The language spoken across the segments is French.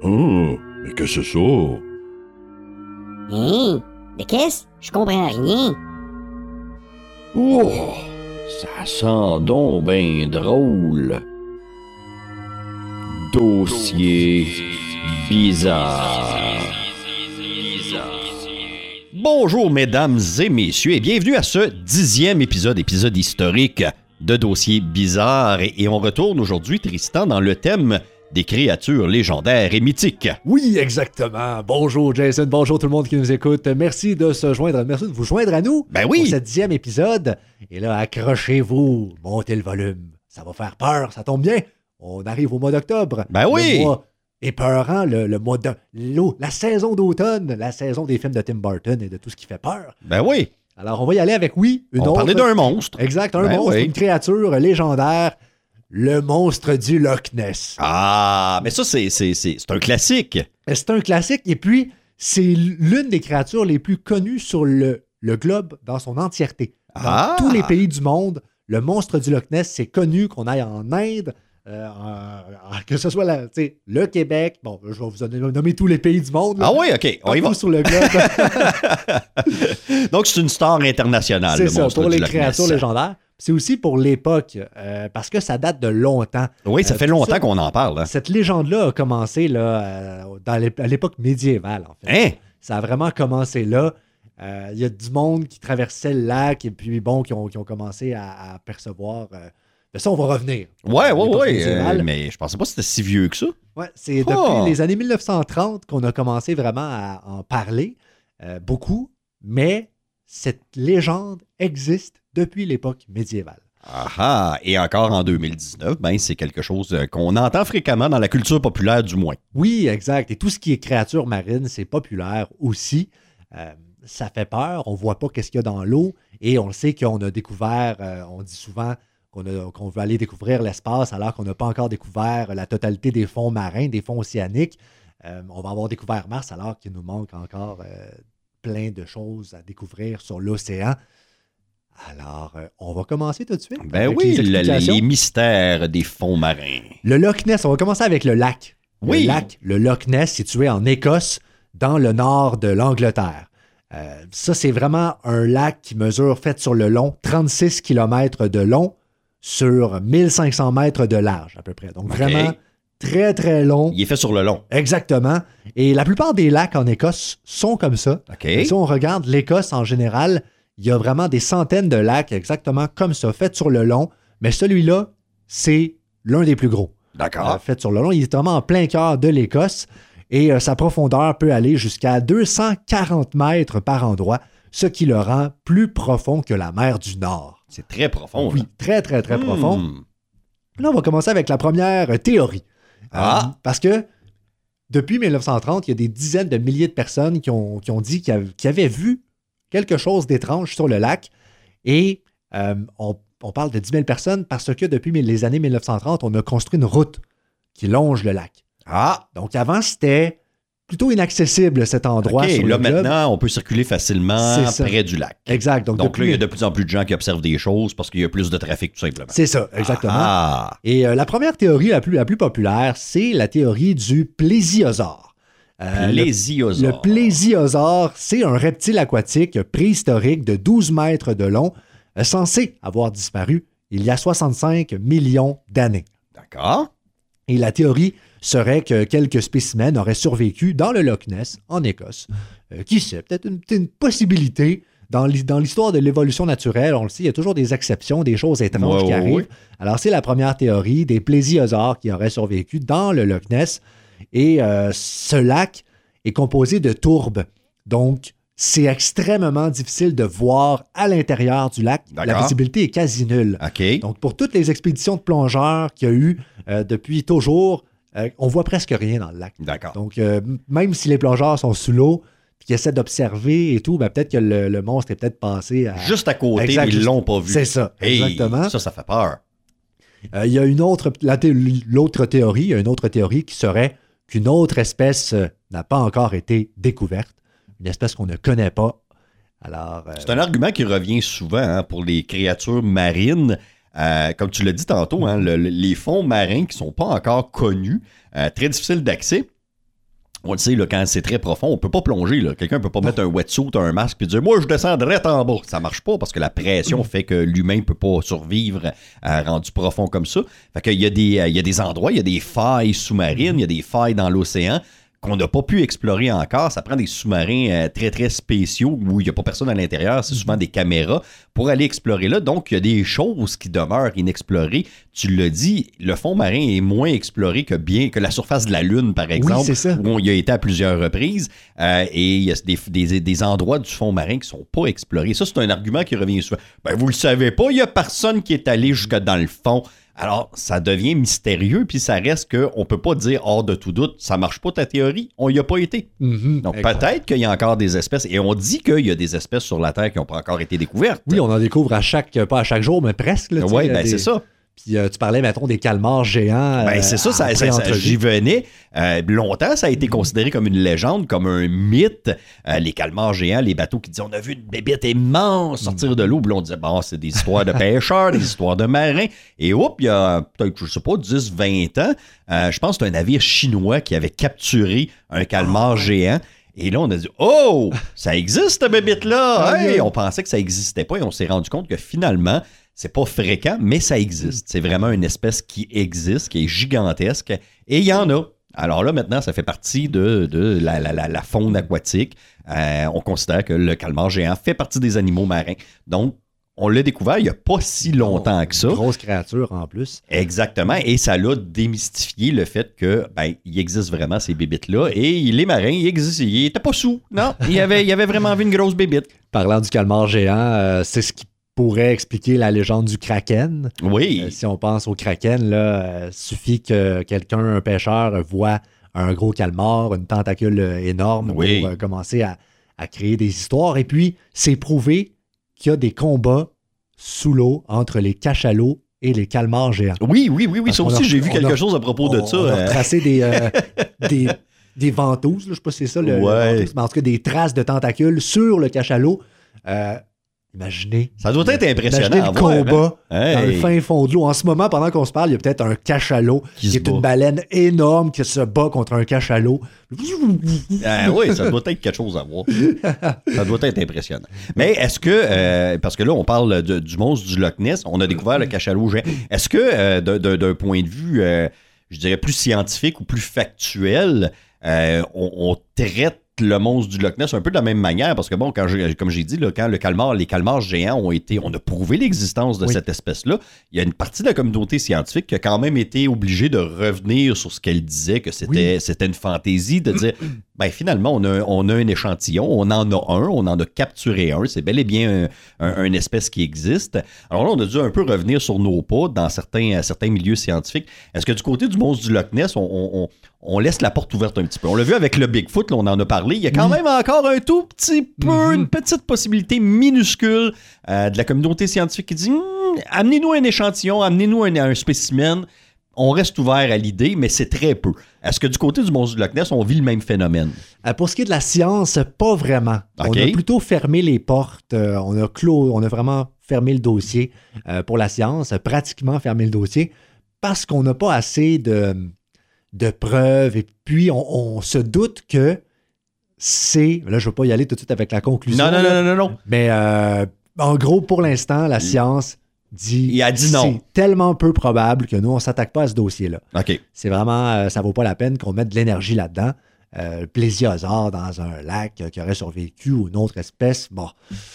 Oh, mais qu'est-ce que c'est ça? Hein? De qu'est-ce? Je comprends rien. Oh, ça sent donc ben drôle. Dossier bizarre. Bonjour mesdames et messieurs et bienvenue à ce 10e épisode historique de Dossier bizarre. Et on retourne aujourd'hui, Tristan, dans le thème des créatures légendaires et mythiques. Oui, exactement. Bonjour Jason, bonjour tout le monde qui nous écoute. Merci de vous joindre à nous Ben oui. pour ce 10e épisode. Et là, accrochez-vous, montez le volume. Ça va faire peur, ça tombe bien. On arrive au mois d'octobre. Ben oui. Le mois épeurant, le mois de l'eau, la saison d'automne, la saison des films de Tim Burton et de tout ce qui fait peur. Ben oui. Alors, on va y aller avec, une autre. On parlait d'un monstre. Exact, un Ben monstre, oui. une créature légendaire, le monstre du Loch Ness. Ah, mais ça, c'est un classique. C'est un classique et puis c'est l'une des créatures les plus connues sur le globe dans son entièreté. Dans tous les pays du monde, le monstre du Loch Ness, c'est connu qu'on aille en Inde, que ce soit le Québec. Bon, je vais vous nommer tous les pays du monde. Là. Ah oui, OK, on y va. Partout sur le globe. Donc, c'est une star internationale, C'est le ça, monstre pour du les Loch créatures Ness. légendaires. C'est aussi pour l'époque, parce que ça date de longtemps. Oui, ça fait longtemps qu'on en parle. Hein. Cette légende-là a commencé là, à l'époque médiévale, en fait. Hein? Ça a vraiment commencé là. Il y a du monde qui traversait le lac et puis, bon, qui ont commencé à percevoir. Mais ça, on va revenir. Ouais, À l'époque ouais. médiévale. Mais je pensais pas que c'était si vieux que ça. Ouais, c'est depuis les années 1930 qu'on a commencé vraiment à en parler. Beaucoup. Mais cette légende existe depuis l'époque médiévale. Ah, et encore en 2019, ben c'est quelque chose qu'on entend fréquemment dans la culture populaire du moins. Oui, exact. Et tout ce qui est créature marine, c'est populaire aussi. Ça fait peur. On ne voit pas qu'est-ce qu'il y a dans l'eau. Et on le sait qu'on a découvert, on dit souvent qu'on veut aller découvrir l'espace alors qu'on n'a pas encore découvert la totalité des fonds marins, des fonds océaniques. On va avoir découvert Mars alors qu'il nous manque encore plein de choses à découvrir sur l'océan. Alors, on va commencer tout de suite. Ben avec oui, les explications. les mystères des fonds marins. Le Loch Ness, on va commencer avec le lac. Oui. Le Loch Ness, situé en Écosse, dans le nord de l'Angleterre. Ça, c'est vraiment un lac qui mesure, fait sur le long, 36 km de long sur 1500 mètres de large, à peu près. Donc, vraiment très, très long. Il est fait sur le long. Exactement. Et la plupart des lacs en Écosse sont comme ça. OK. Et si on regarde l'Écosse en général, il y a vraiment des centaines de lacs exactement comme ça, faits sur le long. Mais celui-là, c'est l'un des plus gros. D'accord. Fait sur le long. Il est vraiment en plein cœur de l'Écosse et sa profondeur peut aller jusqu'à 240 mètres par endroit, ce qui le rend plus profond que la mer du Nord. C'est très profond. Oui, là. très, très, très profond. Là, on va commencer avec la première théorie. Parce que depuis 1930, il y a des dizaines de milliers de personnes qui ont dit qu'ils avaient vu quelque chose d'étrange sur le lac. Et on parle de 10 000 personnes parce que depuis les années 1930, on a construit une route qui longe le lac. Donc avant, c'était plutôt inaccessible cet endroit. OK, sur là le globe. maintenant, on peut circuler facilement C'est ça. près du lac. Exact. Donc depuis- là, il y a de plus en plus de gens qui observent des choses parce qu'il y a plus de trafic, tout simplement. C'est ça, exactement. Ah, Et la première théorie la plus populaire, c'est la théorie du plésiosaure. plésiosaure. Le plésiosaure, c'est un reptile aquatique préhistorique de 12 mètres de long, censé avoir disparu il y a 65 millions d'années. D'accord. Et la théorie serait que quelques spécimens auraient survécu dans le Loch Ness, en Écosse. Qui sait, peut-être une possibilité. Dans l'histoire de l'évolution naturelle, on le sait, il y a toujours des exceptions, des choses étranges qui arrivent. Alors, c'est la première théorie des plésiosaures qui auraient survécu dans le Loch Ness. Et ce lac est composé de tourbes. Donc, c'est extrêmement difficile de voir à l'intérieur du lac. La D'accord. visibilité est quasi nulle. OK. Donc, pour toutes les expéditions de plongeurs qu'il y a eu depuis toujours, on voit presque rien dans le lac. D'accord. Donc, même si les plongeurs sont sous l'eau et qu'ils essaient d'observer et tout, ben, peut-être que le monstre est peut-être passé à... Juste à côté, Exact, mais ils l'ont pas vu. C'est ça, Hey, exactement. ça fait peur. Il y a l'autre théorie, il y a une autre théorie qui serait qu'une autre espèce n'a pas encore été découverte, une espèce qu'on ne connaît pas. Alors, C'est un argument qui revient souvent pour les créatures marines. Comme tu l'as dit tantôt, les fonds marins qui ne sont pas encore connus, très difficiles d'accès. On le sait, là, quand c'est très profond, on peut pas plonger. Là. Quelqu'un peut pas mettre un wetsuit, un masque, puis dire « Moi, je descends direct en bas ». Ça marche pas parce que la pression fait que l'humain peut pas survivre rendu profond comme ça. Fait qu'il y a des endroits, il y a des failles sous-marines, il y a des failles dans l'océan qu'on n'a pas pu explorer encore. Ça prend des sous-marins très, très spéciaux où il n'y a pas personne à l'intérieur. C'est souvent des caméras pour aller explorer là. Donc, il y a des choses qui demeurent inexplorées. Tu l'as dit, le fond marin est moins exploré que la surface de la Lune, par exemple, oui, c'est ça. où on y a été à plusieurs reprises. Et il y a des endroits du fond marin qui ne sont pas explorés. Ça, c'est un argument qui revient souvent. Ben, vous le savez pas, il n'y a personne qui est allé jusque dans le fond. Alors, ça devient mystérieux, puis ça reste qu'on ne peut pas dire hors de tout doute, ça marche pas ta théorie, on n'y a pas été. Donc, peut-être qu'il y a encore des espèces, et on dit qu'il y a des espèces sur la Terre qui n'ont pas encore été découvertes. Oui, on en découvre pas à chaque jour, mais presque. Oui, ben c'est ça. Puis tu parlais, mettons, des calmars géants. Ben c'est ça, j'y venais. Longtemps, ça a été considéré comme une légende, comme un mythe. Les calmars géants, les bateaux qui disaient on a vu une bébête immense sortir de l'eau. Puis là, on disait bon, c'est des histoires de pêcheurs, des histoires de marins. Et il y a peut-être, je sais pas, 10, 20 ans, je pense que c'est un navire chinois qui avait capturé un calmar géant. Et là, on a dit « Oh! Ça existe, cette bébête-là! Hey! » On pensait que ça n'existait pas et on s'est rendu compte que finalement, c'est pas fréquent, mais ça existe. C'est vraiment une espèce qui existe, qui est gigantesque, et il y en a. Alors là, maintenant, ça fait partie de la faune aquatique. On considère que le calmar géant fait partie des animaux marins. Donc, on l'a découvert il n'y a pas si longtemps que ça. Grosse créature en plus. Exactement. Et ça l'a démystifié le fait que il existe vraiment ces bébites-là. Et les marins, ils n'étaient pas sous. Non, il y avait vraiment vu une grosse bébite. Parlant du calmar géant, c'est ce qui pourrait expliquer la légende du kraken. Oui. Si on pense au kraken, là, suffit que quelqu'un, un pêcheur, voit un gros calmar, une tentacule énorme pour commencer à créer des histoires. Et puis, c'est prouvé qu'il y a des combats sous l'eau entre les cachalots et les calmars géants. Oui. Ça aussi, j'ai vu quelque chose à propos de ça. On a tracé des ventouses, je ne sais pas si c'est ça, le ventouse, mais en tout cas des traces de tentacules sur le cachalot. Imaginez. Ça doit être impressionnant. Imaginez le combat hein? dans le fin fond de l'eau. En ce moment, pendant qu'on se parle, il y a peut-être un cachalot qui est une baleine énorme qui se bat contre un cachalot. Oui, ça doit être quelque chose à voir. Ça doit être impressionnant. Mais est-ce que, parce que là, on parle du monstre du Loch Ness, on a découvert le cachalot géant. Est-ce que, d'un point de vue, je dirais, plus scientifique ou plus factuel, on traite le monstre du Loch Ness un peu de la même manière, parce que bon, comme j'ai dit, là, quand les calmars géants on a prouvé l'existence de cette espèce-là, il y a une partie de la communauté scientifique qui a quand même été obligée de revenir sur ce qu'elle disait, que c'était une fantaisie, de dire, finalement, on a un échantillon, on en a capturé un, c'est bel et bien une espèce qui existe. Alors là, on a dû un peu revenir sur nos pas dans certains milieux scientifiques. Est-ce que du côté du monstre du Loch Ness, on laisse la porte ouverte un petit peu? On l'a vu avec le Bigfoot, là, on en a parlé. Il y a quand même encore un tout petit peu, une petite possibilité minuscule de la communauté scientifique qui dit amenez-nous un échantillon, amenez-nous un spécimen. On reste ouvert à l'idée, mais c'est très peu. Est-ce que du côté du monstre du Loch Ness, on vit le même phénomène? Pour ce qui est de la science, pas vraiment. Okay. On a plutôt fermé les portes. On a vraiment fermé le dossier pour la science, pratiquement fermé le dossier, parce qu'on n'a pas assez de preuves. Et puis, on se doute que c'est... Là, je ne veux pas y aller tout de suite avec la conclusion. Non. Mais en gros, pour l'instant, la science dit... Il a dit non. C'est tellement peu probable que nous, on ne s'attaque pas à ce dossier-là. OK. C'est vraiment... ça ne vaut pas la peine qu'on mette de l'énergie là-dedans. Le plésiosaure dans un lac qui aurait survécu ou une autre espèce, pas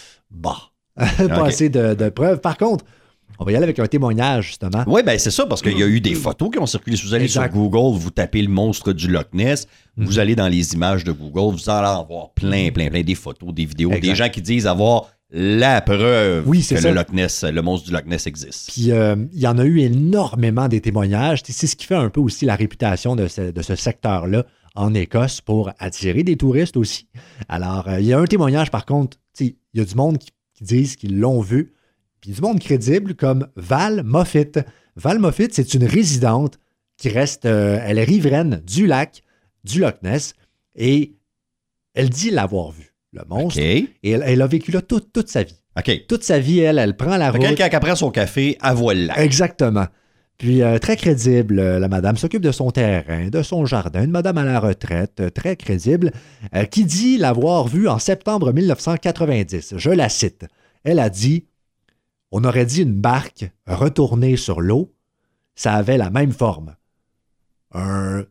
assez de preuves. Par contre, on va y aller avec un témoignage, justement. Oui, c'est ça, parce qu'il y a eu des photos qui ont circulé. Si vous allez sur Google, vous tapez le monstre du Loch Ness, vous allez dans les images de Google, vous allez en voir plein, des photos, des vidéos, des gens qui disent avoir la preuve que le Loch Ness, le monstre du Loch Ness existe. Puis il y en a eu énormément des témoignages. C'est ce qui fait un peu aussi la réputation de ce secteur-là en Écosse pour attirer des touristes aussi. Alors, il y a un témoignage, par contre, il y a du monde qui disent qu'ils l'ont vu, puis du monde crédible comme Val Moffitt. Val Moffitt, c'est une résidente qui reste, elle est riveraine du lac du Loch Ness et elle dit l'avoir vu, le monstre. Okay. Et elle a vécu là toute sa vie. OK. Toute sa vie, elle prend la route. Quelqu'un qui prend son café, elle voit le lac. Exactement. Puis, très crédible, la madame s'occupe de son terrain, de son jardin, une madame à la retraite, très crédible, qui dit l'avoir vue en septembre 1990. Je la cite. Elle a dit « On aurait dit une barque retournée sur l'eau, ça avait la même forme. Une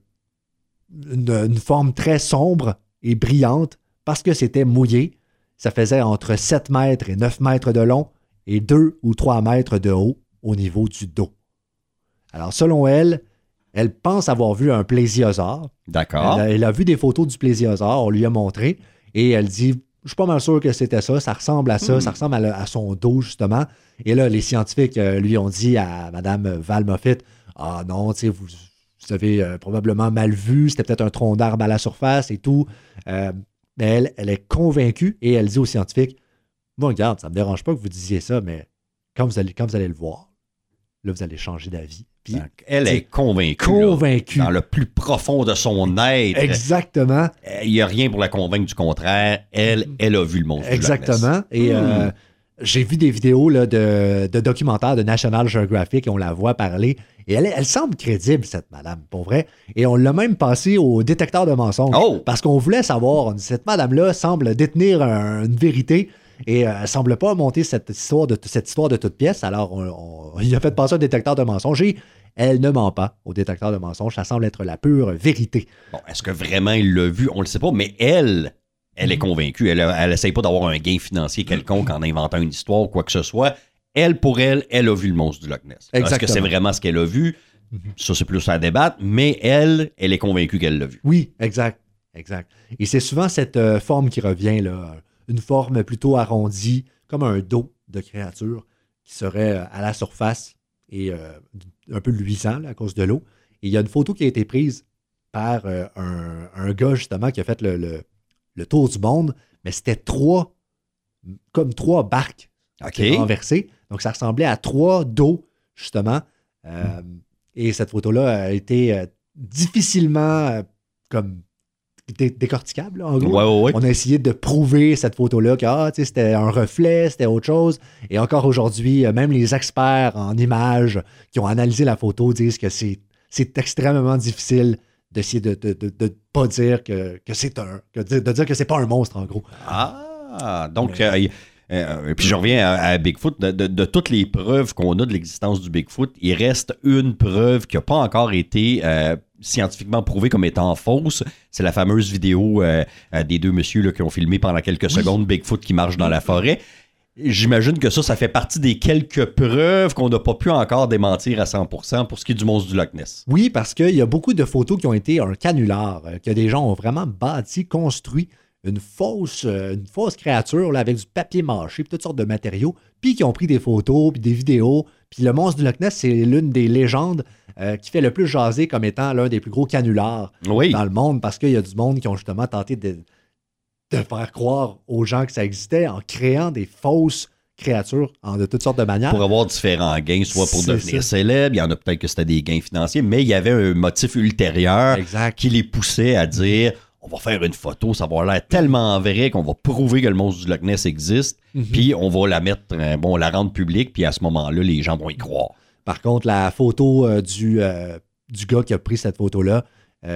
forme très sombre et brillante parce que c'était mouillé. Ça faisait entre 7 mètres et 9 mètres de long et 2 ou 3 mètres de haut au niveau du dos. » Alors, selon elle, elle pense avoir vu un plésiosaure. D'accord. Elle a vu des photos du plésiosaure, on lui a montré, et elle dit, je suis pas mal sûr que c'était ça, ça ressemble à ça, ça ressemble à son dos, justement. Et là, les scientifiques lui ont dit à Mme Val Moffitt, ah non, tu sais, vous avez probablement mal vu, c'était peut-être un tronc d'arbre à la surface et tout. Mais elle est convaincue, et elle dit aux scientifiques, bon, regarde, ça me dérange pas que vous disiez ça, mais quand vous allez le voir, là, vous allez changer d'avis. Puis, elle est convaincue. Convaincue. Dans le plus profond de son être. Exactement. Il n'y a rien pour la convaincre du contraire. Elle a vu le monstre. Exactement. Et j'ai vu des vidéos là, de documentaires de National Geographic et on la voit parler. Et elle semble crédible, cette madame, pour vrai. Et on l'a même passé au détecteur de mensonges. Oh! Parce qu'on voulait savoir, cette madame-là semble détenir une vérité. Et elle ne semble pas monter cette histoire de toute pièce. Alors, il a fait passer un détecteur de mensonges et elle ne ment pas au détecteur de mensonges. Ça semble être la pure vérité. Bon, est-ce que vraiment il l'a vu? On ne le sait pas, mais elle est convaincue. Elle n'essaye pas d'avoir un gain financier quelconque en inventant une histoire ou quoi que ce soit. Elle, elle a vu le monstre du Loch Ness. Est-ce que c'est vraiment ce qu'elle a vu? Ça, c'est plus à débattre, mais elle est convaincue qu'elle l'a vu. Oui, exact. Et c'est souvent cette forme qui revient, là. Une forme plutôt arrondie, comme un dos de créature qui serait à la surface et un peu luisant là, à cause de l'eau. Et il y a une photo qui a été prise par un gars, justement, qui a fait le tour du monde, mais c'était trois barques renversées. Donc, ça ressemblait à 3 dos, justement. Et cette photo-là a été difficilement décorticable, là, en gros. Ouais. On a essayé de prouver cette photo-là que c'était un reflet, c'était autre chose. Et encore aujourd'hui, même les experts en images qui ont analysé la photo disent que c'est extrêmement difficile d'essayer de pas dire que c'est de dire que c'est pas un monstre, en gros. Ah, donc... puis je reviens à Bigfoot. De toutes les preuves qu'on a de l'existence du Bigfoot, il reste une preuve qui n'a pas encore été scientifiquement prouvée comme étant fausse. C'est la fameuse vidéo des 2 messieurs là, qui ont filmé pendant quelques secondes Bigfoot qui marche dans la forêt. J'imagine que ça fait partie des quelques preuves qu'on n'a pas pu encore démentir à 100% pour ce qui est du monstre du Loch Ness. Oui, parce qu'il y a beaucoup de photos qui ont été un canular, que des gens ont vraiment bâti, construit une fausse créature là, avec du papier mâché, puis toutes sortes de matériaux, puis qui ont pris des photos, puis des vidéos. Puis le monstre du Loch Ness, c'est l'une des légendes qui fait le plus jaser comme étant l'un des plus gros canulars dans le monde, parce qu'il y a du monde qui ont justement tenté de faire croire aux gens que ça existait en créant des fausses créatures de toutes sortes de manières. Pour avoir différents gains, soit pour devenir célèbre, il y en a peut-être que c'était des gains financiers, mais il y avait un motif ultérieur qui les poussait à dire... On va faire une photo, ça va avoir l'air tellement vrai qu'on va prouver que le monstre du Loch Ness existe, puis on va la mettre, la rendre publique, puis à ce moment-là, les gens vont y croire. Par contre, la photo du gars qui a pris cette photo-là,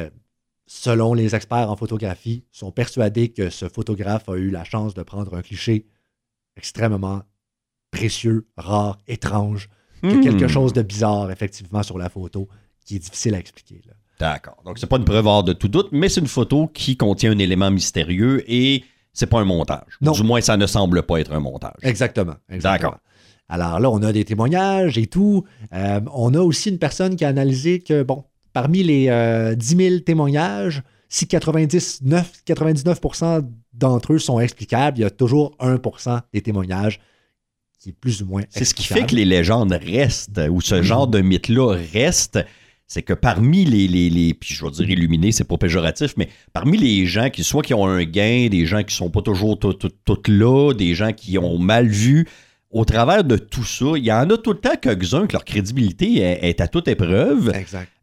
selon les experts en photographie, sont persuadés que ce photographe a eu la chance de prendre un cliché extrêmement précieux, rare, étrange, qu'il y a quelque chose de bizarre, effectivement, sur la photo, qui est difficile à expliquer, là. D'accord. Donc, c'est pas une preuve hors de tout doute, mais c'est une photo qui contient un élément mystérieux et c'est pas un montage. Non. Du moins, ça ne semble pas être un montage. Exactement. D'accord. Alors là, on a des témoignages et tout. On a aussi une personne qui a analysé que, parmi les 10 000 témoignages, si 99% d'entre eux sont explicables, il y a toujours 1% des témoignages qui est plus ou moins explicable. C'est ce qui fait que les légendes restent, ou ce genre de mythe-là reste. C'est que parmi les puis je vais dire illuminés, c'est pas péjoratif, mais parmi les gens qui ont un gain, des gens qui sont pas toujours tout là, des gens qui ont mal vu, au travers de tout ça, il y en a tout le temps quelques-uns que leur crédibilité est à toute épreuve. Exact.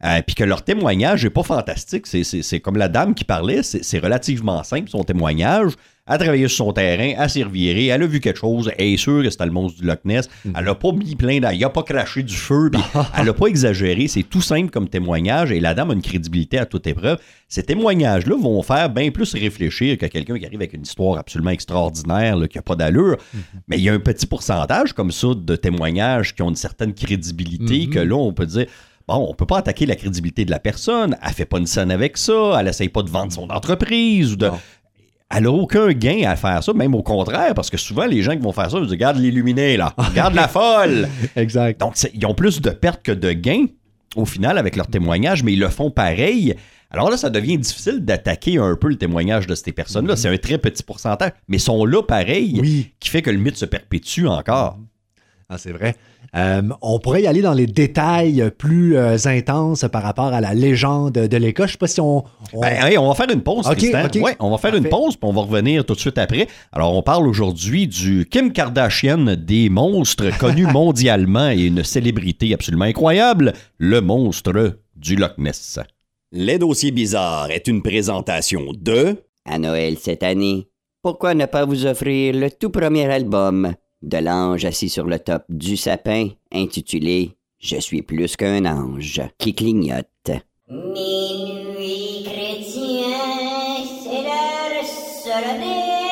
puis que leur témoignage n'est pas fantastique. C'est comme la dame qui parlait, c'est relativement simple, son témoignage. Elle a travaillé sur son terrain, elle s'est revirée, elle a vu quelque chose, elle est sûre que c'était le monstre du Loch Ness. Elle n'a pas mis plein d'ail, elle n'a pas craché du feu, puis elle n'a pas exagéré. C'est tout simple comme témoignage et la dame a une crédibilité à toute épreuve. Ces témoignages-là vont faire bien plus réfléchir que quelqu'un qui arrive avec une histoire absolument extraordinaire, là, qui n'a pas d'allure. Mais il y a un petit pourcentage comme ça de témoignages qui ont une certaine crédibilité que là, on peut dire... Bon, on peut pas attaquer la crédibilité de la personne. Elle fait pas une scène avec ça. Elle essaye pas de vendre son entreprise. Ou de... Elle n'a aucun gain à faire ça, même au contraire, parce que souvent, les gens qui vont faire ça, ils disent « Regarde l'illuminé, là. Regarde la folle. » Exact. Donc, ils ont plus de pertes que de gains, au final, avec leur témoignage, mais ils le font pareil. Alors là, ça devient difficile d'attaquer un peu le témoignage de ces personnes-là. C'est un très petit pourcentage, mais ils sont là pareil, qui fait que le mythe se perpétue encore. Ah, c'est vrai. On pourrait y aller dans les détails plus intenses par rapport à la légende de l'Écosse. Je sais pas si on... Ben, on va faire une pause, Tristan. Okay. Ouais, on va faire une pause, puis on va revenir tout de suite après. Alors, on parle aujourd'hui du Kim Kardashian des monstres, connu mondialement et une célébrité absolument incroyable, le monstre du Loch Ness. Les dossiers bizarres est une présentation de... À Noël cette année, pourquoi ne pas vous offrir le tout premier album de l'ange assis sur le top du sapin, intitulé « Je suis plus qu'un ange qui clignote ». Minuit chrétien, c'est l'heure solennelle.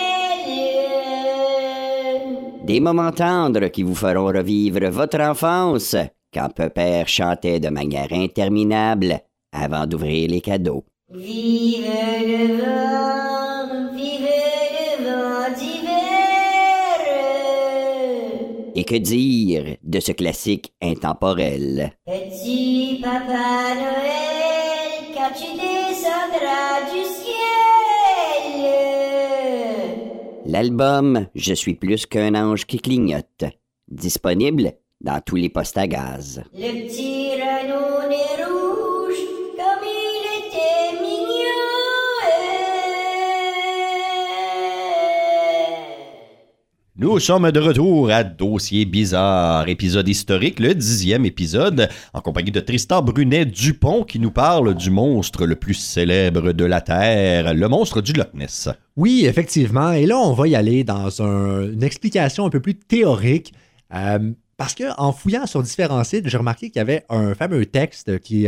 Des moments tendres qui vous feront revivre votre enfance, quand Pépère chantait de manière interminable avant d'ouvrir les cadeaux. Vive le vent d'hiver. Et que dire de ce classique intemporel? Petit Papa Noël, quand tu descendras du ciel. L'album « Je suis plus qu'un ange qui clignote », disponible dans tous les postes à gaz. Le petit Renaud nez rouge, comme il était mignon. Nous sommes de retour à Dossier bizarre, épisode historique, le 10e épisode, en compagnie de Tristan Brunet-Dupont qui nous parle du monstre le plus célèbre de la Terre, le monstre du Loch Ness. Oui, effectivement. Et là, on va y aller dans une explication un peu plus théorique. Parce qu'en fouillant sur différents sites, j'ai remarqué qu'il y avait un fameux texte qui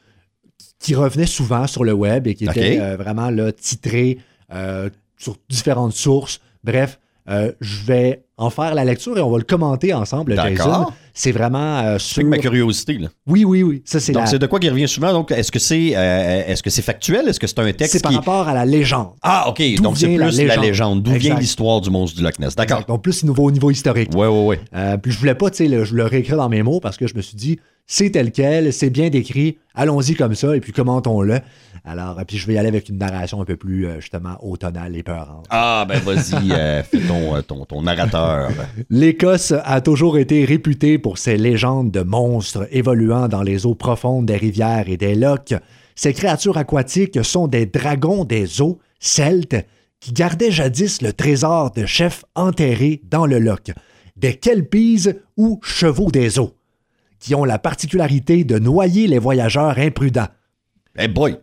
revenait souvent sur le web et qui était vraiment là, titré sur différentes sources. Bref, je vais en faire la lecture et on va le commenter ensemble, Jason. C'est vraiment sur... ma curiosité, là. Oui. Ça, c'est donc, c'est de quoi qui revient souvent? Donc, est-ce que c'est factuel? Est-ce que c'est un texte C'est par rapport à la légende. Ah, OK. Donc, c'est plus la légende. D'où vient l'histoire du monstre du Loch Ness? D'accord. Exact. Donc, plus au niveau historique. Oui. Puis, je voulais pas, je le réécrire dans mes mots parce que je me suis dit, c'est tel quel, c'est bien décrit, allons-y comme ça, et puis commentons-le. Alors, puis je vais y aller avec une narration un peu plus, justement, automnale et peurante. Ah, ben vas-y, fais ton narrateur. L'Écosse a toujours été réputée pour ses légendes de monstres évoluant dans les eaux profondes des rivières et des lochs. Ces créatures aquatiques sont des dragons des eaux, celtes, qui gardaient jadis le trésor de chefs enterrés dans le loch, des kelpies ou chevaux des eaux, qui ont la particularité de noyer les voyageurs imprudents. Hey boy!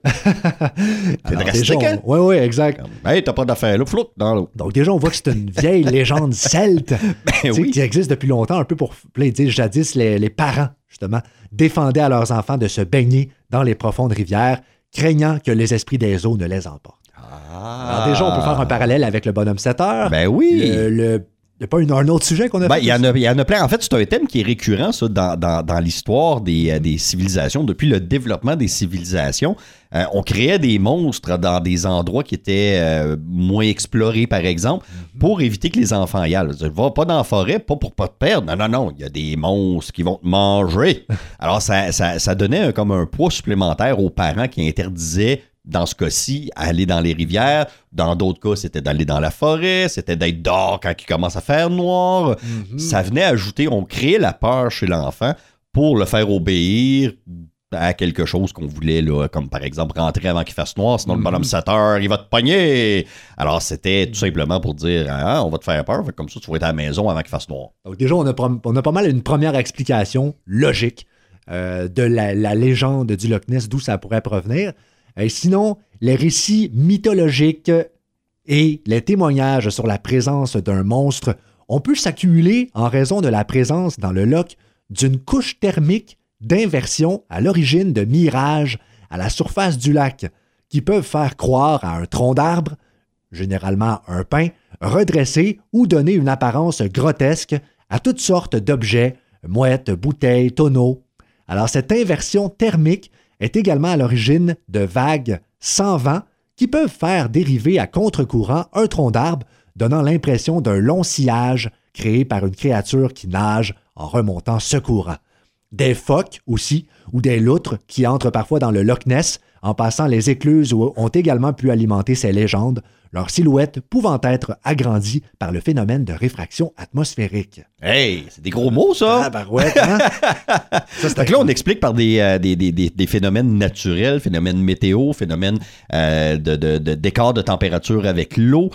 C'est drastique, hein? Oui, exact. Hey, t'as pas d'affaire là, flotte dans l'eau. Donc déjà, on voit que c'est une vieille légende celte qui existe depuis longtemps, un peu pour dire jadis, les parents, justement, défendaient à leurs enfants de se baigner dans les profondes rivières, craignant que les esprits des eaux ne les emportent. Alors déjà, on peut faire un parallèle avec le bonhomme 7 heures. Ben oui! Il n'y a pas un autre sujet qu'on a fait? Il y en a plein. En fait, c'est un thème qui est récurrent ça, dans l'histoire des civilisations. Depuis le développement des civilisations, on créait des monstres dans des endroits qui étaient moins explorés, par exemple, pour éviter que les enfants y aillent. Va pas dans la forêt, pas pour pas te perdre. Non. Il y a des monstres qui vont te manger. Alors, ça donnait comme un poids supplémentaire aux parents qui interdisaient dans ce cas-ci, aller dans les rivières. Dans d'autres cas, c'était d'aller dans la forêt, c'était d'être dehors quand il commence à faire noir. Ça venait ajouter, on créait la peur chez l'enfant pour le faire obéir à quelque chose qu'on voulait, là, comme par exemple rentrer avant qu'il fasse noir, sinon le bonhomme 7 heures, il va te pogner. Alors, c'était tout simplement pour dire, on va te faire peur, comme ça, tu vas être à la maison avant qu'il fasse noir. Donc déjà, on a pas mal une première explication logique de la légende du Loch Ness, d'où ça pourrait provenir. Sinon, les récits mythologiques et les témoignages sur la présence d'un monstre ont pu s'accumuler en raison de la présence dans le loch d'une couche thermique d'inversion à l'origine de mirages à la surface du lac qui peuvent faire croire à un tronc d'arbre, généralement un pin, redressé ou donner une apparence grotesque à toutes sortes d'objets, mouettes, bouteilles, tonneaux. Alors cette inversion thermique est également à l'origine de vagues sans vent qui peuvent faire dériver à contre-courant un tronc d'arbre, donnant l'impression d'un long sillage créé par une créature qui nage en remontant ce courant. Des phoques aussi, ou des loutres qui entrent parfois dans le Loch Ness en passant les écluses ont également pu alimenter ces légendes, leur silhouette pouvant être agrandie par le phénomène de réfraction atmosphérique. Hey, c'est des gros mots, ça! Ah, barouette, hein? Fait que là, on explique par des phénomènes naturels, phénomènes météo, phénomènes d'écart de température avec l'eau.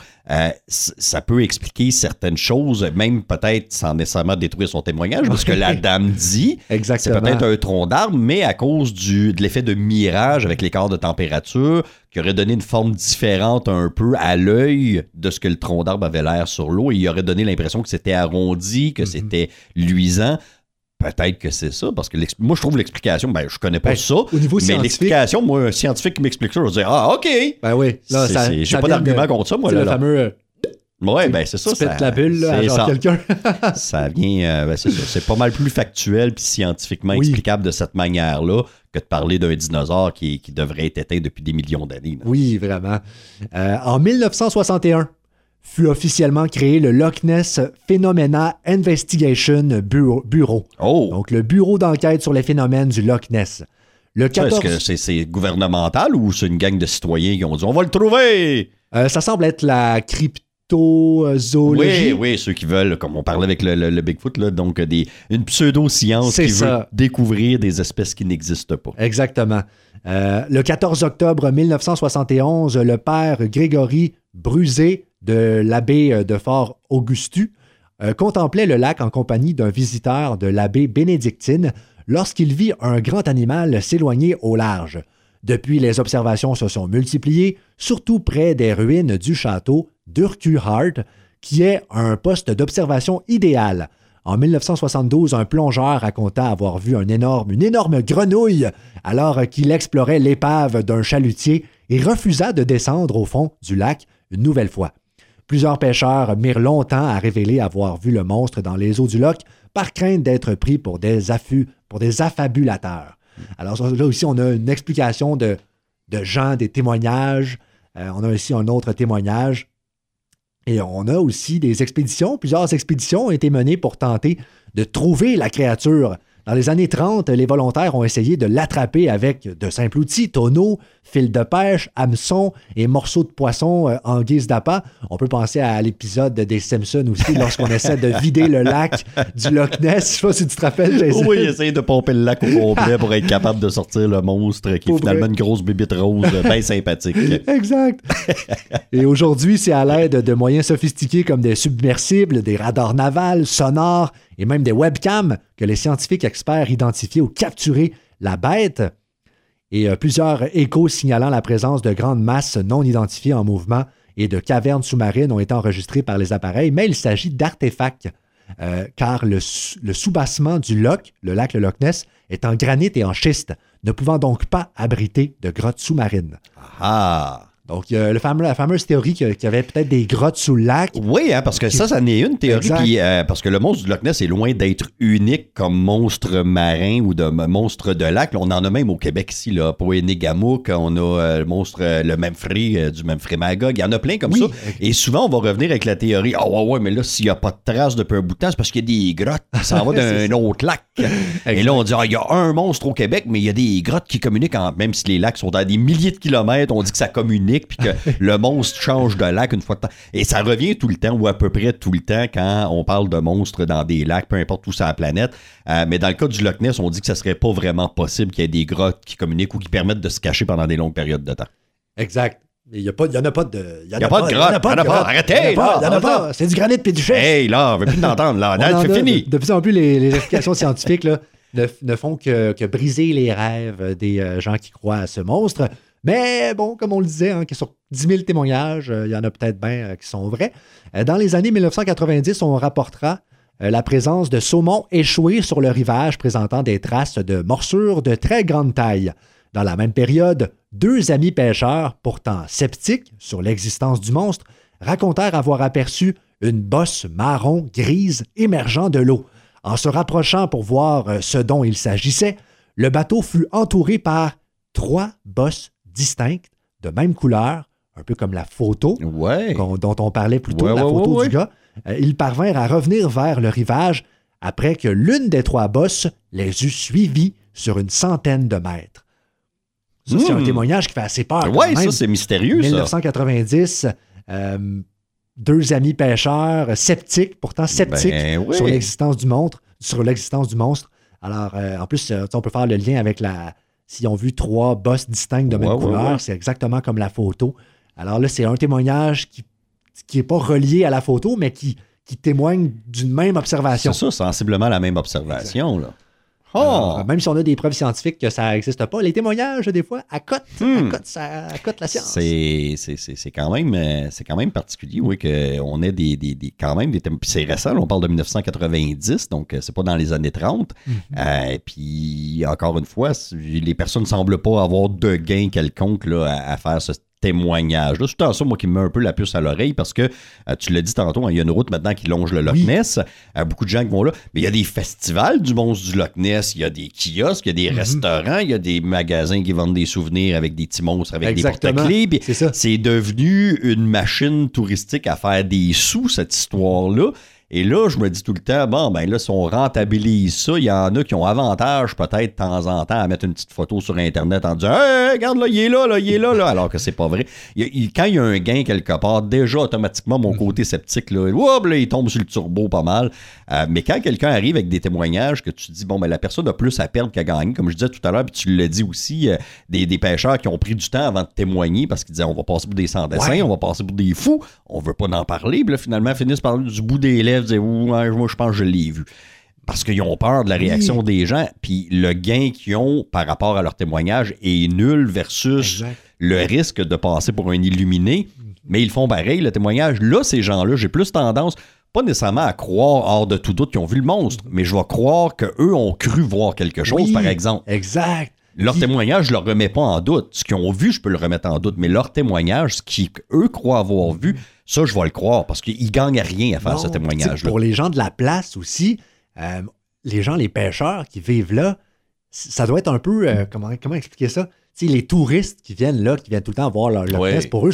Ça peut expliquer certaines choses, même peut-être sans nécessairement détruire son témoignage, parce que la dame dit, exactement, c'est peut-être un tronc d'arbre, mais à cause de l'effet de mirage avec l'écart de température, qui aurait donné une forme différente un peu à l'œil de ce que le tronc d'arbre avait l'air sur l'eau, et il aurait donné l'impression que c'était arrondi, que c'était luisant. Peut-être que c'est ça, parce que moi, je trouve l'explication, je connais pas ça, au niveau mais l'explication, moi, un scientifique qui m'explique ça, je vais dire, ah, OK! Ben oui. Là, j'ai pas d'argument contre ça, moi. C'est là, le fameux... Ouais, ben c'est ça. Tu pètes la bulle là, à genre quelqu'un. Ça vient, c'est ça. C'est pas mal plus factuel puis scientifiquement explicable de cette manière-là que de parler d'un dinosaure qui devrait être éteint depuis des millions d'années. Là. Oui, vraiment. En 1961, fut officiellement créé le Loch Ness Phenomena Investigation Bureau. Oh! Donc, le bureau d'enquête sur les phénomènes du Loch Ness. Le 14... Est-ce que c'est gouvernemental ou c'est une gang de citoyens qui ont dit « On va le trouver! » Ça semble être la cryptozoologie. Oui, ceux qui veulent, comme on parlait avec le Bigfoot, là, donc une pseudo-science qui veut découvrir des espèces qui n'existent pas. Exactement. Le 14 octobre 1971, le père Grégory Brusé de l'abbaye de Fort Augustu contemplait le lac en compagnie d'un visiteur de l'abbaye bénédictine lorsqu'il vit un grand animal s'éloigner au large. Depuis, les observations se sont multipliées, surtout près des ruines du château d'Urquhart, qui est un poste d'observation idéal. En 1972, un plongeur raconta avoir vu une énorme grenouille alors qu'il explorait l'épave d'un chalutier et refusa de descendre au fond du lac une nouvelle fois. Plusieurs pêcheurs mirent longtemps à révéler avoir vu le monstre dans les eaux du lac par crainte d'être pris pour des affabulateurs. Alors là aussi, on a une explication de gens, des témoignages. On a aussi un autre témoignage. Et on a aussi des expéditions. Plusieurs expéditions ont été menées pour tenter de trouver la créature. Dans les années 30, les volontaires ont essayé de l'attraper avec de simples outils, tonneaux, fils de pêche, hameçons et morceaux de poisson en guise d'appât. On peut penser à l'épisode des Simpsons aussi, lorsqu'on essaie de vider le lac du Loch Ness. Je sais pas si tu te rappelles, Jason. Oui, essayer de pomper le lac au complet pour être capable de sortir le monstre qui est finalement une grosse bébite rose bien sympathique. Exact. Et aujourd'hui, c'est à l'aide de moyens sophistiqués comme des submersibles, des radars navals, sonores et même des webcams que les scientifiques experts identifient ou capturé la bête. Et plusieurs échos signalant la présence de grandes masses non identifiées en mouvement et de cavernes sous-marines ont été enregistrés par les appareils, mais il s'agit d'artefacts, car le soubassement du lac, le Loch Ness, est en granit et en schiste, ne pouvant donc pas abriter de grottes sous-marines. Ah! Donc, il y a la fameuse théorie qu'il y avait peut-être des grottes sous le lac. Oui, hein, parce que ça en est une théorie. Puis, parce que le monstre du Loch Ness est loin d'être unique comme monstre marin ou de monstre de lac. Là, on en a même au Québec ici, là, Poénégamouk, on a le monstre, le Memphrey, du Memphrey Magog. Il y en a plein comme ça. Et souvent, on va revenir avec la théorie. Ah ouais, mais là, s'il n'y a pas de traces depuis un bout de temps, c'est parce qu'il y a des grottes qui s'en vont d'un autre lac. Et là, on dit, il y a un monstre au Québec, mais il y a des grottes qui communiquent, même si les lacs sont à des milliers de kilomètres, on dit que ça communique. Puis que le monstre change de lac une fois de temps. Et ça revient tout le temps, ou à peu près tout le temps, quand on parle de monstres dans des lacs, peu importe où c'est la planète. Mais dans le cas du Loch Ness, on dit que ça serait pas vraiment possible qu'il y ait des grottes qui communiquent ou qui permettent de se cacher pendant des longues périodes de temps. Exact. Il n'y a pas de grotte. Il n'y a pas de grotte. Arrêtez! Il n'y en a pas. C'est du granit et du schiste. Hey, là, on veut plus l'entendre. Là, c'est fini. De plus en plus, les explications scientifiques, là, ne font que briser les rêves des gens qui croient à ce monstre. Mais bon, comme on le disait, sur 10 000 témoignages, il y en a peut-être bien qui sont vrais. Dans les années 1990, on rapportera la présence de saumons échoués sur le rivage présentant des traces de morsures de très grande taille. Dans la même période, 2 amis pêcheurs, pourtant sceptiques sur l'existence du monstre, racontèrent avoir aperçu une bosse marron grise émergeant de l'eau. En se rapprochant pour voir ce dont il s'agissait, le bateau fut entouré par 3 bosses distinctes, de même couleur, un peu comme la photo dont on parlait plus tôt, la photo du gars. Ils parvinrent à revenir vers le rivage après que l'une des 3 bosses les eut suivis sur une centaine de mètres. Ça, c'est un témoignage qui fait assez peur. Oui, ça, c'est mystérieux, 1990, 2 amis pêcheurs sceptiques, pourtant sceptiques sur l'existence du monstre. Alors, en plus, on peut faire le lien avec s'ils ont vu 3 bosses distinctes de même couleur, c'est exactement comme la photo. Alors là, c'est un témoignage qui n'est pas relié à la photo, mais qui témoigne d'une même observation. C'est ça, sensiblement la même observation, là. Alors, même si on a des preuves scientifiques que ça n'existe pas, les témoignages, des fois, accotent la science. C'est quand même particulier, oui, qu'on ait quand même des thèmes. Puis c'est récent, là, on parle de 1990, donc c'est pas dans les années 30. Puis, encore une fois, les personnes ne semblent pas avoir de gain quelconque là, à faire ce témoignage. C'est tout le temps ça, moi, qui me met un peu la puce à l'oreille parce que, tu l'as dit tantôt, il y a une route maintenant qui longe le Loch Ness. Beaucoup de gens qui vont là. Mais il y a des festivals du monstre du Loch Ness, il y a des kiosques, il y a des restaurants, il y a des magasins qui vendent des souvenirs avec des petits monstres, avec des porte-clés. Puis c'est devenu une machine touristique à faire des sous, cette histoire-là. Et là, je me dis tout le temps, bon, ben là, si on rentabilise ça, il y en a qui ont avantage peut-être de temps en temps à mettre une petite photo sur Internet en disant « Hey, regarde, là, il est là, alors que c'est pas vrai. Quand il y a un gain quelque part, déjà, automatiquement, mon côté sceptique, là, il tombe sur le turbo pas mal. Mais quand quelqu'un arrive avec des témoignages que tu dis, bon, ben la personne a plus à perdre qu'à gagner, comme je disais tout à l'heure, puis tu l'as dit aussi, des pêcheurs qui ont pris du temps avant de témoigner parce qu'ils disaient, on va passer pour des sans-dessins, on va passer pour des fous, on veut pas en parler, puis là, finalement, finissent par du bout des lèvres, dire, ouais, moi, je pense que je l'ai vu. Parce qu'ils ont peur de la réaction des gens, puis le gain qu'ils ont par rapport à leur témoignage est nul versus le risque de passer pour un illuminé. Mais ils font pareil, le témoignage. Là, ces gens-là, j'ai plus tendance, pas nécessairement à croire hors de tout doute qu'ils ont vu le monstre, mais je vais croire qu'eux ont cru voir quelque chose, par exemple. Exact. Leur témoignage, je ne le remets pas en doute. Ce qu'ils ont vu, je peux le remettre en doute. Mais leur témoignage, ce qu'eux croient avoir vu, ça, je vais le croire parce qu'ils ne gagnent rien à faire ce témoignage-là. Pour les gens de la place aussi, les pêcheurs qui vivent là, ça doit être un peu, comment expliquer ça? T'sais, les touristes qui viennent là, qui viennent tout le temps voir leur place, pour eux,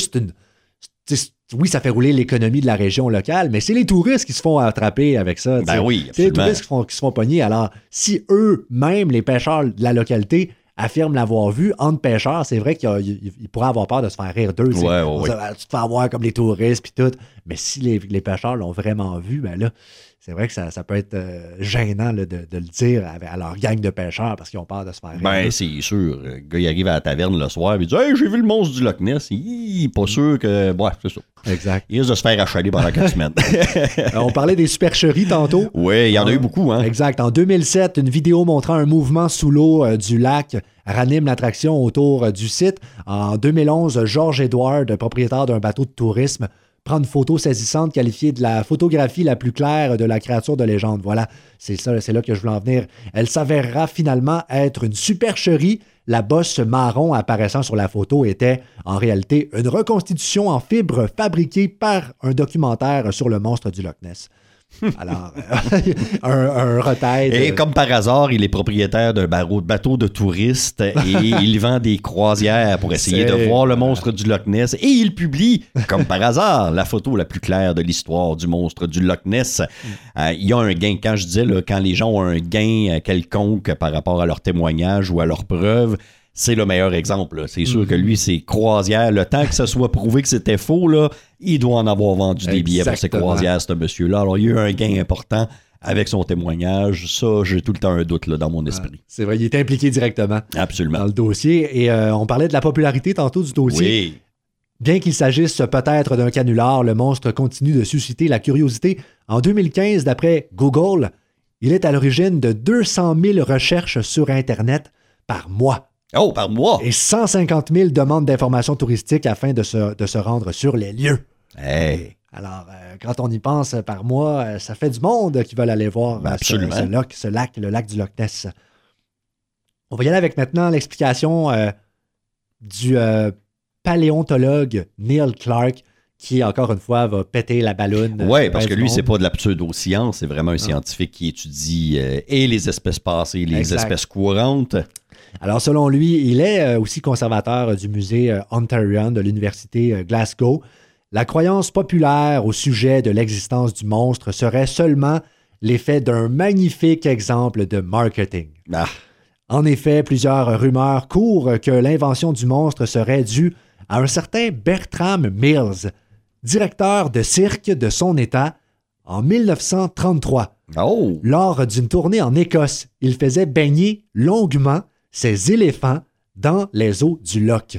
oui, ça fait rouler l'économie de la région locale, mais c'est les touristes qui se font attraper avec ça. Ben oui, c'est les touristes qui se font pogner. Alors, si eux-mêmes, les pêcheurs de la localité, affirment l'avoir vu, entre pêcheurs, c'est vrai qu'ils pourraient avoir peur de se faire rire d'eux. Tu te fais avoir comme les touristes puis tout. Mais si les pêcheurs l'ont vraiment vu, ben là, c'est vrai que ça peut être gênant là, de le dire à leur gang de pêcheurs parce qu'ils ont peur de se faire rire. Ben, c'est sûr. Le gars, il arrive à la taverne le soir et il dit « Hey, j'ai vu le monstre du Loch Ness. » Il n'est pas sûr que... Ouais, c'est ça. Exact. Il risque de se faire achaler pendant 4 semaines. On parlait des supercheries tantôt. Oui, il y en a eu beaucoup. Hein? Exact. En 2007, une vidéo montrant un mouvement sous l'eau du lac ranime l'attraction autour du site. En 2011, George Edward, propriétaire d'un bateau de tourisme, prend une photo saisissante qualifiée de la photographie la plus claire de la créature de légende. Voilà, c'est là que je voulais en venir. Elle s'avérera finalement être une supercherie. La bosse marron apparaissant sur la photo était en réalité une reconstitution en fibre fabriquée par un documentaire sur le monstre du Loch Ness. Alors, un retête. Et comme par hasard, il est propriétaire d'un bateau de touristes et il vend des croisières pour essayer de voir le monstre du Loch Ness. Et il publie, comme par hasard, la photo la plus claire de l'histoire du monstre du Loch Ness. Il y a un gain. Quand je disais, là, quand les gens ont un gain quelconque par rapport à leur témoignage ou à leurs preuves, c'est le meilleur exemple. Là. C'est sûr que lui, c'est croisière. Le temps que ça soit prouvé que c'était faux, là, il doit en avoir vendu des billets pour ses croisières, ce monsieur-là. Alors, il y a eu un gain important avec son témoignage. Ça, j'ai tout le temps un doute là, dans mon esprit. C'est vrai, il est impliqué directement dans le dossier. Et on parlait de la popularité tantôt du dossier. Oui. Bien qu'il s'agisse peut-être d'un canular, le monstre continue de susciter la curiosité. En 2015, d'après Google, Il est à l'origine de 200 000 recherches sur Internet par mois. Oh, par mois! Et 150 000 demandes d'informations touristiques afin de se rendre sur les lieux. Hey! Alors, quand on y pense par mois, ça fait du monde qui veulent aller voir ce lac, le lac du Loch Ness. On va y aller avec maintenant l'explication du paléontologue Neil Clark, qui, encore une fois, va péter la balloune. Oui, parce que lui, c'est pas de la pseudo-science, c'est vraiment un scientifique qui étudie et les espèces passées, et les espèces courantes. Alors, selon lui, il est aussi conservateur du musée Ontarian de l'université Glasgow. La croyance populaire au sujet de l'existence du monstre serait seulement l'effet d'un magnifique exemple de marketing. Ah. En effet, plusieurs rumeurs courent que l'invention du monstre serait due à un certain Bertram Mills, directeur de cirque de son État en 1933. Oh. Lors d'une tournée en Écosse, il faisait baigner longuement ses éléphants dans les eaux du Loch.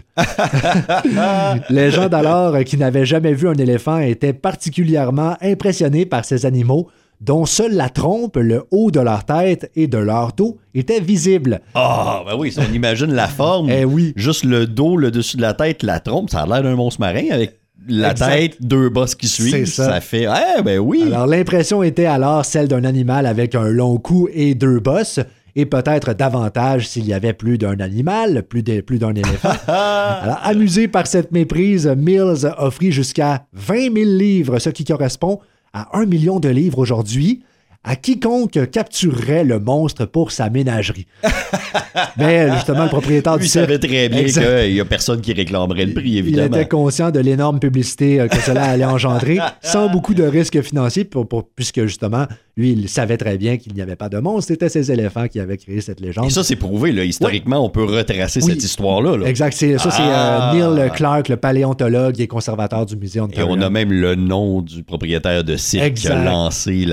Les gens d'alors qui n'avaient jamais vu un éléphant étaient particulièrement impressionnés par ces animaux dont seule la trompe, le haut de leur tête et de leur dos étaient visibles. Ah, ben oui, si on imagine la forme, oui. Juste le dos, le dessus de la tête, la trompe, ça a l'air d'un monstre marin avec la tête, deux bosses qui suivent. C'est ça. Ça fait, ben oui. Alors, l'impression était alors celle d'un animal avec un long cou et deux bosses, et peut-être davantage s'il y avait plus d'un animal, plus d'un éléphant. Alors, amusé par cette méprise, Mills offrit jusqu'à 20 000 livres, ce qui correspond à 1 million de livres aujourd'hui, à quiconque capturerait le monstre pour sa ménagerie. Mais justement, le propriétaire Lui du cirque... savait très bien qu'il n'y a personne qui réclamerait le prix, évidemment. Il était conscient de l'énorme publicité que cela allait engendrer, sans beaucoup de risques financiers, puisque justement, lui, il savait très bien qu'il n'y avait pas de monstre. C'était ces éléphants qui avaient créé cette légende. Et ça, c'est prouvé. Là. Historiquement, on peut retracer cette histoire-là. Là. Exact. C'est Neil Clark, le paléontologue et conservateur du musée Ontarian. Et on a même le nom du propriétaire de cirque qui a lancé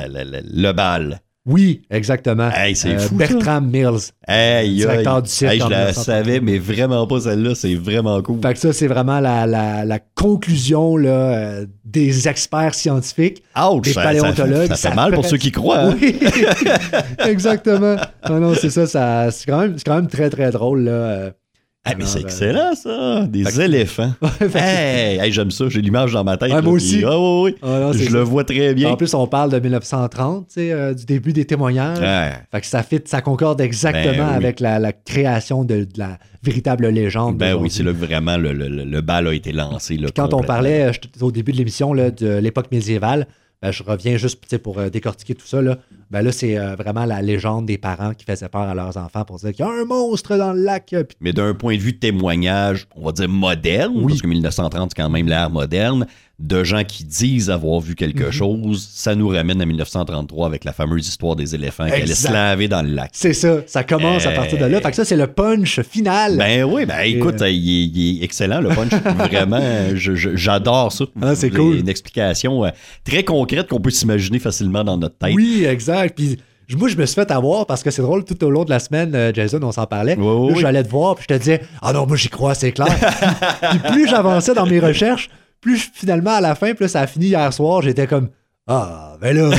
le bal. Oui, exactement. Hey, c'est fou, Bertram Mills, directeur du cirque. Hey, je la savais, mais vraiment pas celle-là. C'est vraiment cool. Fait que ça, c'est vraiment la conclusion là, des experts scientifiques, des paléontologues. Ça fait mal pour ceux qui croient. Hein? Oui, exactement. Non, c'est ça. C'est quand même très, très drôle. Là. Mais c'est excellent, ça! Des éléphants. Hey, j'aime ça. J'ai l'image dans ma tête. Moi aussi. Je le vois très bien. En plus, on parle de 1930, du début des témoignages. Fait que ça concorde exactement avec la création de la véritable légende. Ben oui, c'est là que vraiment le bal a été lancé. Là, quand on parlait au début de l'émission là, de l'époque médiévale, je reviens juste pour décortiquer tout ça. Là, c'est vraiment la légende des parents qui faisaient peur à leurs enfants pour dire qu'il y a un monstre dans le lac. Mais d'un point de vue de témoignage, on va dire moderne, parce que 1930, c'est quand même l'ère moderne, de gens qui disent avoir vu quelque chose, ça nous ramène à 1933 avec la fameuse histoire des éléphants qui allaient se laver dans le lac. C'est ça, ça commence à partir de là. Fait que ça, c'est le punch final. Ben oui, écoute, il est excellent le punch. Vraiment, j'adore ça. C'est cool. Une explication très concrète qu'on peut s'imaginer facilement dans notre tête. Oui, exact. Puis moi, je me suis fait avoir parce que c'est drôle, tout au long de la semaine, Jason, on s'en parlait. Là, j'allais te voir, puis je te disais, ah non, moi, j'y crois, c'est clair. Puis plus j'avançais dans mes recherches, plus finalement, à la fin, puis là, ça a fini hier soir, j'étais comme, ben là,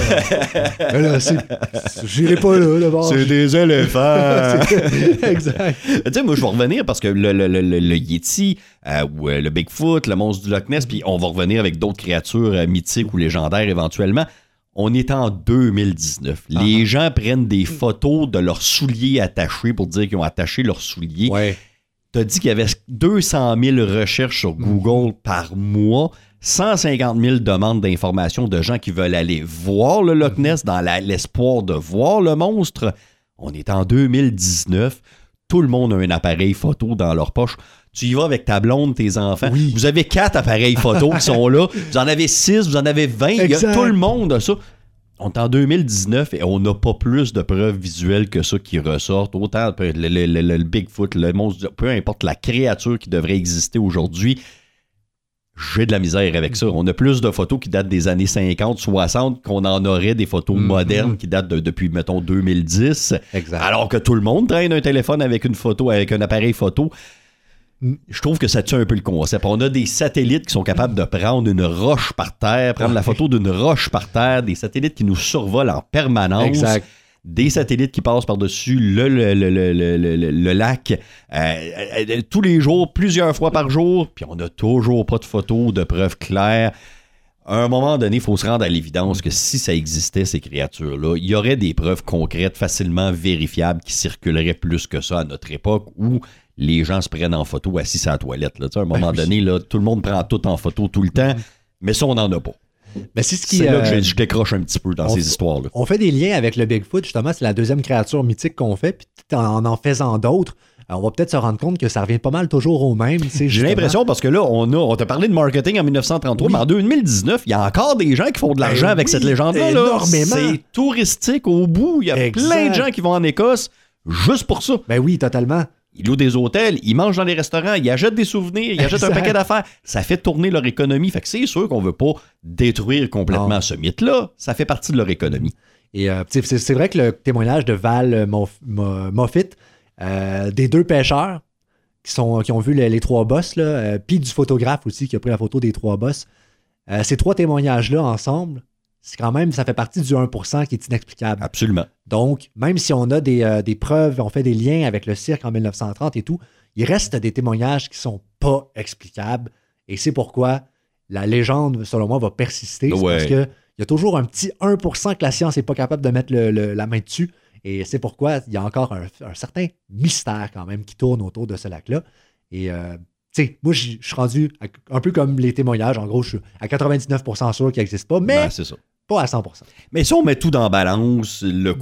j'irai pas là, d'abord. C'est des éléphants. Exact. Tu sais, moi, je vais revenir parce que le Yeti, ou le Bigfoot, le monstre du Loch Ness, puis on va revenir avec d'autres créatures mythiques ou légendaires éventuellement. On est en 2019. Les gens prennent des photos de leurs souliers attachés pour dire qu'ils ont attaché leurs souliers. Ouais. T'as dit qu'il y avait 200 000 recherches sur Google par mois, 150 000 demandes d'informations de gens qui veulent aller voir le Loch Ness dans l'espoir de voir le monstre. On est en 2019. Tout le monde a un appareil photo dans leur poche. Tu y vas avec ta blonde, tes enfants. Oui. Vous avez 4 appareils photo qui sont là. Vous en avez 6, vous en avez 20. Tout le monde a ça. On est en 2019 et on n'a pas plus de preuves visuelles que ça qui ressortent. Autant le Bigfoot, le monstre, peu importe la créature qui devrait exister aujourd'hui, j'ai de la misère avec ça. On a plus de photos qui datent des années 50, 60 qu'on en aurait des photos modernes qui datent depuis, mettons, 2010. Exact. Alors que tout le monde traîne un téléphone avec une photo, avec un appareil photo. Je trouve que ça tue un peu le concept. On a des satellites qui sont capables de prendre une roche par terre, prendre la photo d'une roche par terre, des satellites qui nous survolent en permanence. Exact. Des satellites qui passent par-dessus le lac tous les jours, plusieurs fois par jour, puis on n'a toujours pas de photos, de preuves claires. À un moment donné, il faut se rendre à l'évidence que si ça existait, ces créatures-là, il y aurait des preuves concrètes, facilement vérifiables, qui circuleraient plus que ça à notre époque, où les gens se prennent en photo assis à la toilette. Là. À un moment donné, là, tout le monde prend tout en photo tout le temps, mais ça, on n'en a pas. Ben, c'est là que je décroche un petit peu dans ces histoires-là. On fait des liens avec le Bigfoot, justement, c'est la deuxième créature mythique qu'on fait, puis en faisant d'autres, on va peut-être se rendre compte que ça revient pas mal toujours au même. J'ai l'impression, parce que là, on t'a parlé de marketing en 1933, mais en 2019, il y a encore des gens qui font de l'argent avec cette légende-là. Énormément. C'est touristique au bout. Il y a plein de gens qui vont en Écosse juste pour ça. Ben oui, totalement. Ils louent des hôtels, ils mangent dans les restaurants, ils achètent des souvenirs, ils achètent un paquet d'affaires. Ça fait tourner leur économie. Fait que c'est sûr qu'on veut pas détruire complètement ce mythe-là. Ça fait partie de leur économie. Et c'est vrai que le témoignage de Val Moffitt, des deux pêcheurs qui ont vu les trois bosses, puis du photographe aussi qui a pris la photo des trois bosses, ces trois témoignages-là ensemble, c'est quand même, ça fait partie du 1% qui est inexplicable. Absolument. Donc, même si on a des preuves, on fait des liens avec le cirque en 1930 et tout, il reste des témoignages qui sont pas explicables. Et c'est pourquoi la légende, selon moi, va persister. C'est parce qu'il y a toujours un petit 1% que la science n'est pas capable de mettre la main dessus. Et c'est pourquoi il y a encore un certain mystère quand même qui tourne autour de ce lac-là. Et tu sais, moi, je suis rendu un peu comme les témoignages. En gros, je suis à 99% sûr qu'il n'existe pas, mais c'est ça. Pas à 100%. Mais si on met tout dans balance, le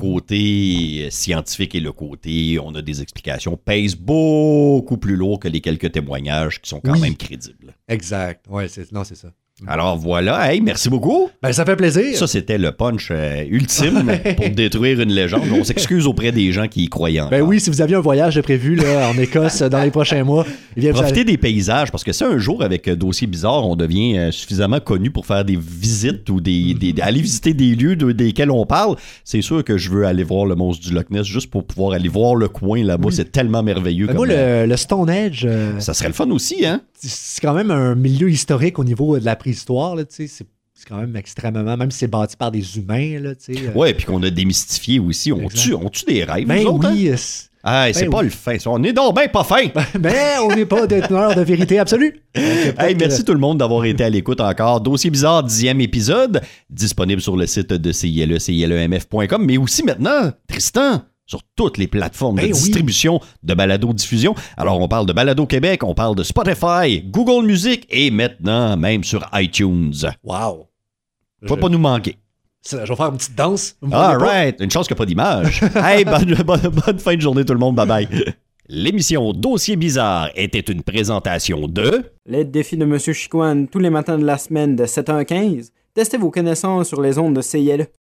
côté scientifique et le côté on a des explications pèsent beaucoup plus lourd que les quelques témoignages qui sont quand même crédibles. Exact. Ouais, c'est ça. Alors voilà, hey, merci beaucoup. Ben, ça fait plaisir. Ça, c'était le punch ultime pour détruire une légende. On s'excuse auprès des gens qui y croyaient encore. Ben oui, si vous aviez un voyage de prévu là, en Écosse dans les prochains mois, profitez des paysages, parce que si un jour, avec Dossier Bizarre, on devient suffisamment connu pour faire des visites ou aller visiter des lieux desquels on parle, c'est sûr que je veux aller voir le monstre du Loch Ness juste pour pouvoir aller voir le coin là-bas. C'est tellement merveilleux. Ben moi, le Stonehenge... ça serait le fun aussi, hein? C'est quand même un milieu historique au niveau de la préhistoire, là, tu sais, c'est quand même extrêmement, même si c'est bâti par des humains, là, tu sais. Ouais, puis qu'on a démystifié aussi. On tue des rêves, ben nous autres, oui, hein? C'est pas le fin. On est donc ben pas fin. Mais on n'est pas déteneur de vérité absolue. Hey, merci tout le monde d'avoir été à l'écoute encore. Dossier Bizarre, 10e épisode, disponible sur le site de CILE.com, mais aussi maintenant, Tristan, sur toutes les plateformes de distribution de balado-diffusion. Alors, on parle de Balado Québec, on parle de Spotify, Google Music et maintenant même sur iTunes. Wow! Faut pas nous manquer. Je vais faire une petite danse. All right! Une chance qu'il n'y a pas d'image. Hey, bonne fin de journée tout le monde. Bye-bye. L'émission Dossier Bizarre était une présentation de... Les défis de M. Chicoine tous les matins de la semaine de 7h15. Testez vos connaissances sur les ondes de CILE.